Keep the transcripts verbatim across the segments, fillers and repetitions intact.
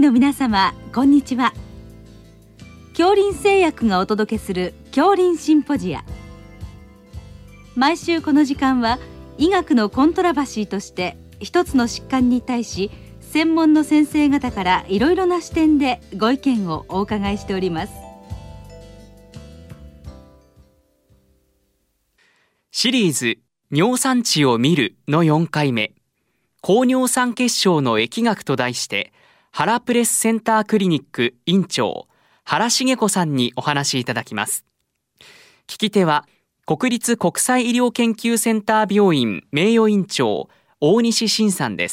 の皆様、こんにちは。杏林製薬がお届けする杏林シンポジア。毎週この時間は医学のコントラバシーとして一つの疾患に対し専門の先生方からいろいろな視点でご意見をお伺いしております。 シリーズ尿酸値を見るのよんかいめ、高尿酸血症の疫学と題して原プレスセンタークリニック院長原茂子さんにお話しいただきます。聞き手は国立国際医療研究センター病院名誉院長大西晋さんです。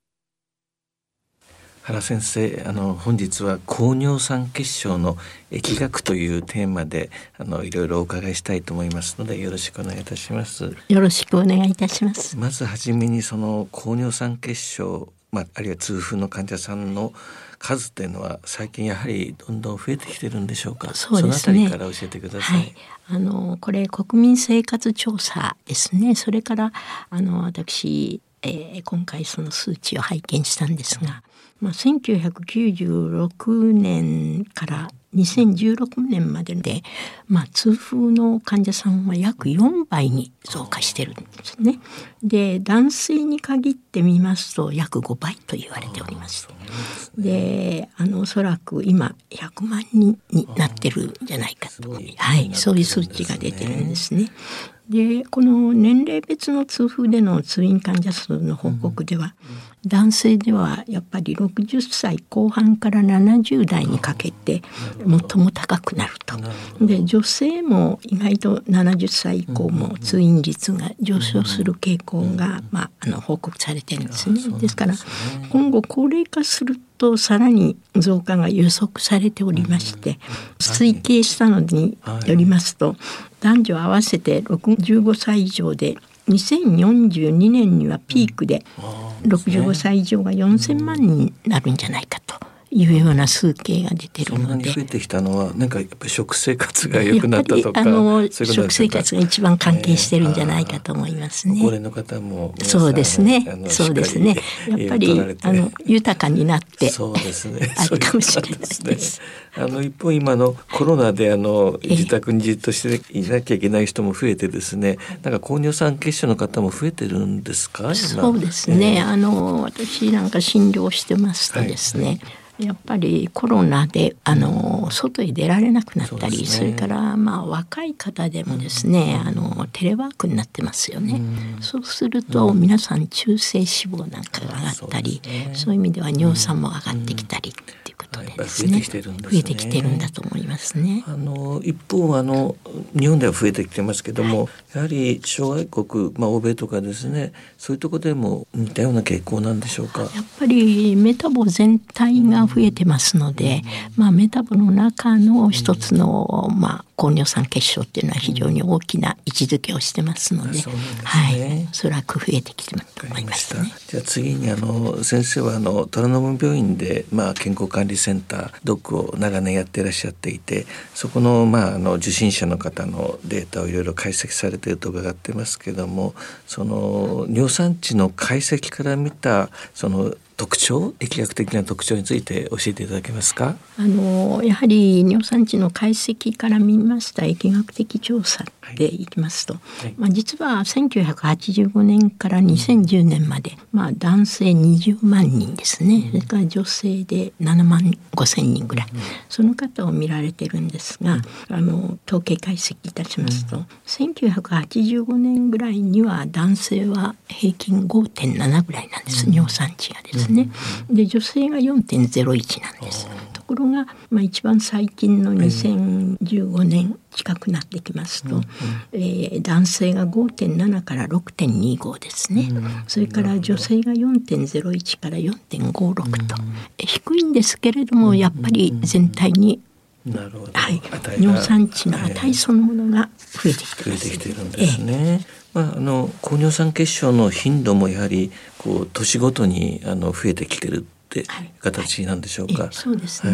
原先生、あの本日は高尿酸血症の疫学というテーマであのいろいろお伺いしたいと思いますので、よろしくお願いいたします。 よろしくお願いいたします。 まずはじめにその高尿酸血症、まあ、あるいは痛風の患者さんの数というのは最近やはりどんどん増えてきてるんでしょうか。 そうですね、 そのあたりから教えてください。 はい、あのこれ国民生活調査ですね。それからあの私、えー、今回その数値を拝見したんですが、まあ、せんきゅうひゃくきゅうじゅうろくねんからにせんじゅうろくねんまでで、まあ、痛風の患者さんは約よんばいに増加してるんですね。で、男性に限ってみますと約ごばいと言われております。で、あのおそらく今ひゃくまんにんになってるんじゃないかと、はい、そういう数値が出てるんですね。で、この年齢別の痛風での通院患者数の報告では、うん、男性ではやっぱりろくじゅっさいこう半からななじゅうだいにかけて最も高くなると。で、女性も意外とななじゅっさい以降も通院率が上昇する傾向が、まあ、あの報告されてるんですね。ですから今後高齢化するとさらに増加が予測されておりまして、推計したのによりますと、男女合わせてろくじゅうごさい以上でにせんよんじゅうにねんにはピークでろくじゅうごさい以上がよんせんまんにんになるんじゃないかというような数計が出てるので。 そんなに増えてきたのはなんかやっぱり食生活が良くなったとか、 あの食生活が一番関係してるんじゃないかと思いますね。 高齢の方も皆さん、 そうですね、そうですね、やっぱりあの豊かになってそうですね、 あるかもしれないです。 あの一方今のコロナであの自宅にじっとしていなきゃいけない人も増えてですね、なんか高尿酸血症の方も増えてるんですか。 そうですね、えー、あの私なんか診療してますとですね、はい、やっぱりコロナであの外へ出られなくなったり、 そ, ね、それからまあ若い方でもですね、うん、あのテレワークになってますよね、うん、そうすると皆さん中性脂肪なんかが上がったり、うん そうですね、そういう意味では尿酸も上がってきたり、うんっていうことでですね、増えてきてるんですね。増えてきてるんだと思いますね。 あの一方あの日本では増えてきてますけども、はい、やはり諸外国、まあ、欧米とかですね、そういうところでも似たような傾向なんでしょうか。 やっぱりメタボ全体が増えてますので、うんまあ、メタボの中の一つの、まあ、高尿酸血症っていうのは非常に大きな位置づけをしてますので、うんはい、おそらく増えてきてると思いますね。 じゃあ次にあの先生はあの虎ノ門病院で、まあ、健康管理センタードックを長年やっていらっしゃっていて、そこの、まあ、あの受診者の方のデータをいろいろ解析されていると伺ってますけども、その尿酸値の解析から見たその特徴、疫学的な特徴について教えていただけますか。 あのやはり尿酸値の解析から見ました疫学的調査でいきますと、はいはいまあ、実はせんきゅうひゃくはちじゅうごねんからにせんじゅうねんまで、まあ、男性にじゅうまんにんですね、それから女性でななまんごせんにんぐらい、うん、その方を見られてるんですが、あの統計解析いたしますと、うん、せんきゅうひゃくはちじゅうごねんぐらいには男性は平均 ごてんなな ぐらいなんです、うん、尿酸値がですね、で女性が よんてんゼロいち なんです。ところが、まあ、一番最近のにせんじゅうごねん近くなってきますと、うんえー、男性が ごてんなな から ろくてんにご ですね、うん、それから女性が よんてんゼロいち から よんてんごろく と、うん、低いんですけれどもやっぱり全体になるほど、 はい、尿酸値の値そのものが増えてきてます。 増えてきてるんですね、ええまあ、あの高尿酸血症の頻度もやはりこう年ごとにあの増えてきてるって形なんでしょうか。 はいはい、そうですね、はい、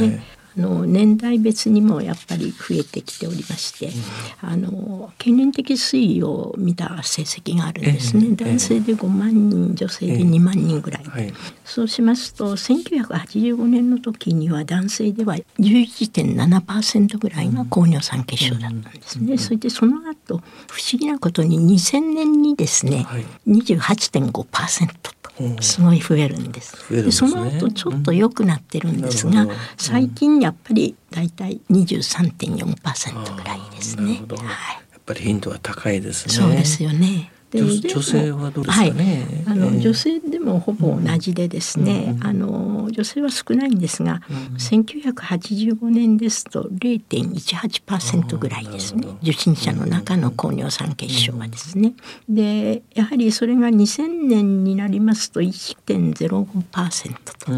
あの年代別にもやっぱり増えてきておりまして、うん、あの経年的推移を見た成績があるんですね、えー、男性でごまんにん、女性でにまんにんぐらい、えーはい、そうしますとせんきゅうひゃくはちじゅうごねんの時には男性では じゅういちてんななパーセント ぐらいが高尿酸血症だったんですね、うん、それでその後不思議なことににせんねんにですね、はい、にじゅうはちてんごパーセントとすごい増えるんです。 増えるんですね。 でその後ちょっと良くなってるんですが、うん、最近やっぱりだいたい にじゅうさんてんよんパーセント ぐらいですね。はい、やっぱり頻度は高いですね。 そうですよね。で女性はどうですかね。 はい、あの、えー、女性でもほぼ同じでですね、うん、あの女性は少ないんですが、うん、せんきゅうひゃくはちじゅうごねんですと れいてんいちはちパーセント ぐらいですね。受診者の中の高尿酸血症はですね。でやはりそれがにせんねんになりますと いってんぜろごパーセント と、うん、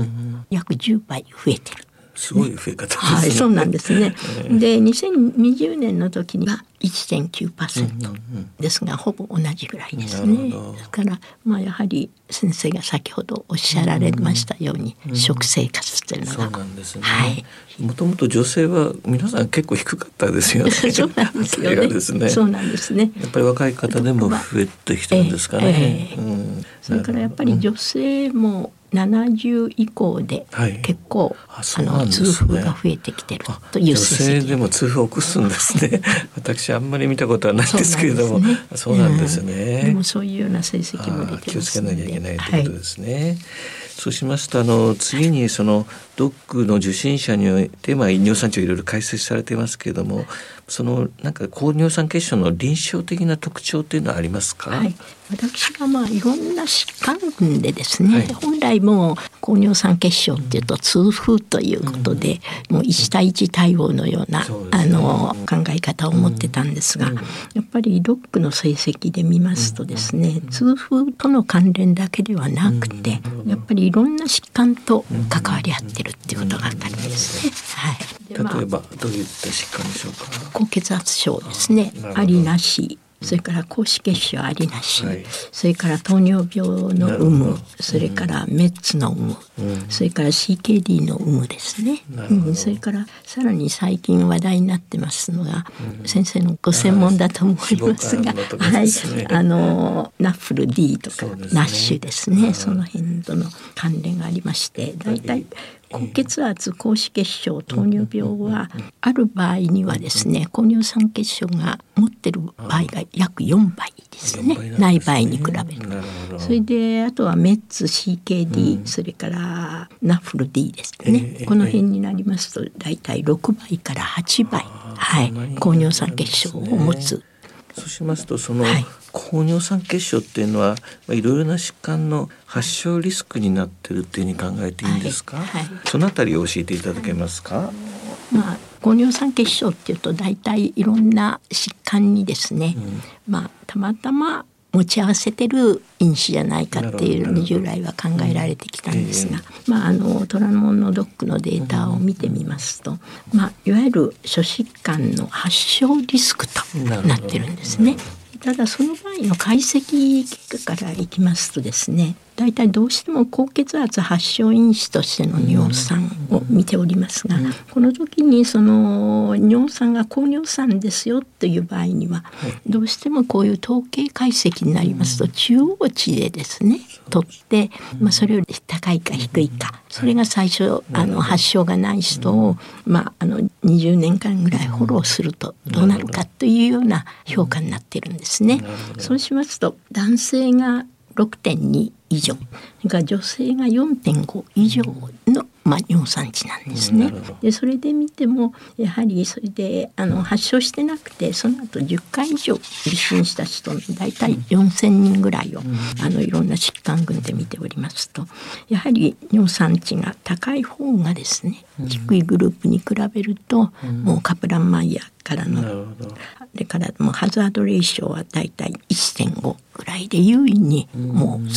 約じゅうばい増えてる。 すごい増え方ですね。 はい、そうなんですね。でにせんにじゅうねんの時には いってんきゅうパーセント ですが、ほぼ同じぐらいですね。だからまあやはり先生が先ほどおっしゃられましたように、うん、食生活というのが、 そうなんですね。 はい、 もともと女性は皆さん結構低かったですよね。 そうなんですよね。ですね。そうなんですね。 やっぱり若い方でも増えてきてるんですかね。 えーえーうん、それからやっぱり女性もななじゅう以降で結構、はい、ああの痛風が増えてきてるという成績。 女性でも痛風を起こすんですね。私あんまり見たことはないんですけれども、そうなんですね。 うん、でもそういうような成績も出てますので、 気をつけなきゃいけないということですね。はい、そうしますとあの次にそのドックの受診者において、まあ、尿酸値をいろいろ解説されていますけれども、そのなんか高尿酸血症の臨床的な特徴というのはありますか？ はい、私はまあいろんな疾患群でですね、はい、本来もう高尿酸血症っていうと痛風ということで、うん、もういち対いち対応のような、うん、あの考え方を持ってたんですが、うん、やっぱりドックの成績で見ますとですね、うん、痛風との関連だけではなくて、うん、やっぱりいろんな疾患と関わり合ってるっていうことが分かるんですね。はい、 で、まあ、例えばどういった疾患でしょうか？ 高血圧症ですね。ありなし、それから高脂血症ありなし、はい、それから糖尿病の有無、それからメッツの有無、うん、それから シーケーディー の有無ですね、うん、それからさらに最近話題になってますのが、うん、先生のご専門だと思いますが、はい、あのナッフル D とか、ね、ナッシュですね、その辺との関連がありまして、だいたい高血圧、高脂血症、糖尿病はある場合にはですね、高尿酸血症が持ってる場合が約よんばいですね。ない場合に比べると。それであとはメッツ、シーケーディー、うん、それからナッフル D ですね、えー、この辺になりますとだいたいろくばいからはちばい、はい、高尿酸血症を持つ。 そうしますとその、はい、高尿酸血症っていうのは、まあ、いろいろな疾患の発症リスクになってるっていうふうに考えていいんですか？はいはい、そのあたりを教えていただけますか？ まあ、高尿酸血症っていうと大体いろんな疾患にですね、うん、まあ、たまたま持ち合わせてる因子じゃないかっていう従来は考えられてきたんですが、まあ、あの虎ノ門のドックのデータを見てみますと、まあ、いわゆる諸疾患の発症リスクとなってるんですね。ただその場合の解析結果からいきますとですね、だいたいどうしても高血圧発症因子としての尿酸を見ておりますが、この時にその尿酸が高尿酸ですよという場合には、どうしてもこういう統計解析になりますと中央値でですね取って、まあ、それより高いか低いか、それが最初あの発症がない人を、まあ、あのにじゅうねんかんぐらいフォローするとどうなるかというような評価になっているんですね。そうしますと男性が ろくてんに 以上が女性が よんてんご 以上の、まあ、尿酸値なんですね。でそれで見てもやはりそれであの発症してなくてその後じゅっかい以上受診した人のだいたいよんせんにんぐらいをあのいろんな疾患群で見ておりますと、やはり尿酸値が高い方がですね低いグループに比べるともうカプランマイヤーからのあれからもうハザードレーションはだいたい いってんご ぐらいで優位にもう増加して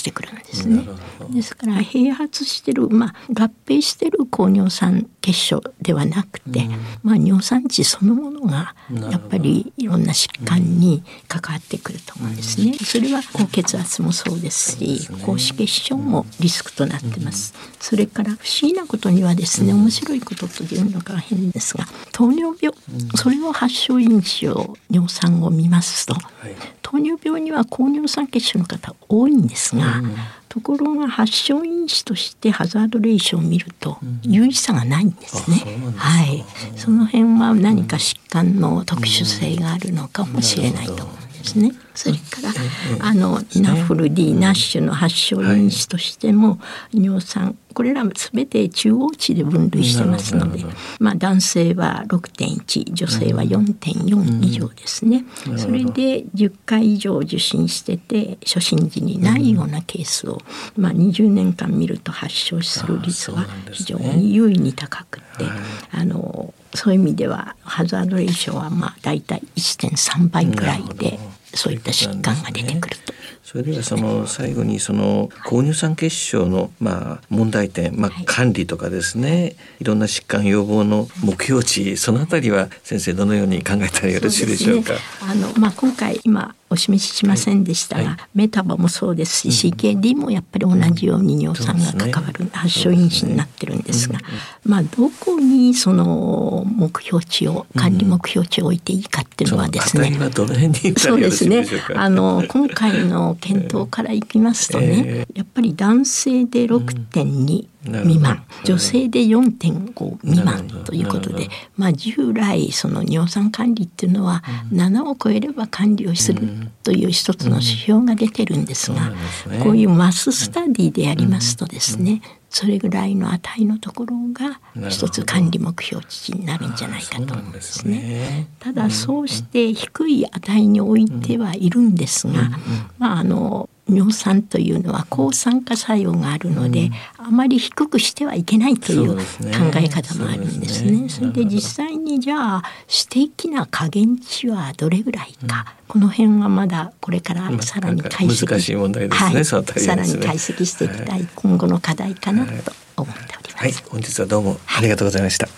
してくるんですね。ですから併発してる、まあ、合併してる高尿酸血症ではなくて、うんまあ、尿酸値そのものがやっぱりいろんな疾患に関わってくると思うんですね。それは高血圧もそうですし、高脂血症もリスクとなってます。それから不思議なことにはですね、面白いことというのが変ですが、糖尿病、それを発症因子を尿酸を見ますと、糖尿病には高尿酸血症の方多いんですが、ところが発症因子としてハザードレーションを見ると有意差がないんですね。はい、その辺は何か疾患の特殊性があるのかもしれないと思うんですね。それからあのナフル D、ナッシュの発症因子としても尿酸、これらもすべて中央値で分類してますので、まあ、男性は ろくてんいち、女性は よんてんよん 以上ですね。それでじゅっかい以上受診してて初診時にないようなケースを、まあ、にじゅうねんかん見ると発症する率は非常に優位に高くて、あのそういう意味ではハザードレーションはまあだいたい いってんさんばいくらいでそういった疾患が出てくると。 それではその最後にその高乳酸血症のまあ問題点、まあ、管理とかですね、はい、いろんな疾患予防の目標値、そのあたりは先生どのように考えたらよろしいでしょうか。 あの、まあ、今回今お示ししませんでしたが、はいはい、メタボもそうですし、うん、シーケーディー もやっぱり同じように尿酸が関わる、ね、発症因子になってるんですが、うんまあ、どこにその目標値を管理目標値を置いていいかっていうのはですね、 うん、そのあたりはどの辺に言ったらよろしいでしょうか。 そうですね、あの今回の検討からいきますとね、えー、やっぱり男性で ろくてんに、うん未満、女性で よんてんご 未満ということで、まあ、従来その尿酸管理っていうのはななを超えれば管理をするという一つの指標が出てるんですが、こういうマススタディでやりますとですね、それぐらいの値のところが一つ管理目標値になるんじゃないかと思うんですね。ただそうして低い値に置いてはいるんですが、まああの尿酸というのは抗酸化作用があるので、うん、あまり低くしてはいけないという考え方もあるんですね。それで実際にじゃあ私的な下限値はどれぐらいか、うん、この辺はまだこれからさらに解析、 難しい問題ですね、はい、そのあたりですね、 さらに解析していきたい、はい、今後の課題かなと思っております、 はいはい、本日はどうもありがとうございました、はい、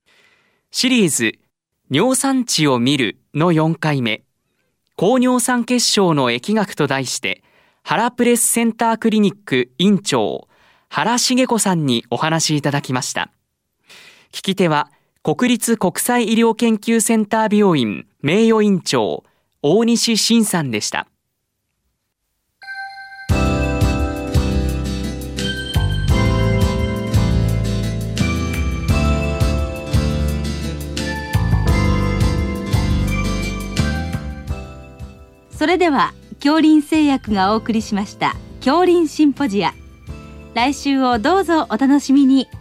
シリーズ尿酸値を見るのよんかいめ、高尿酸血症の疫学と題して原プレスセンタークリニック院長原茂子さんにお話いただきました。聞き手は国立国際医療研究センター病院名誉院長大西晋さんでした。 それでは杏林製薬がお送りしました杏林シンポジア、来週をどうぞお楽しみに。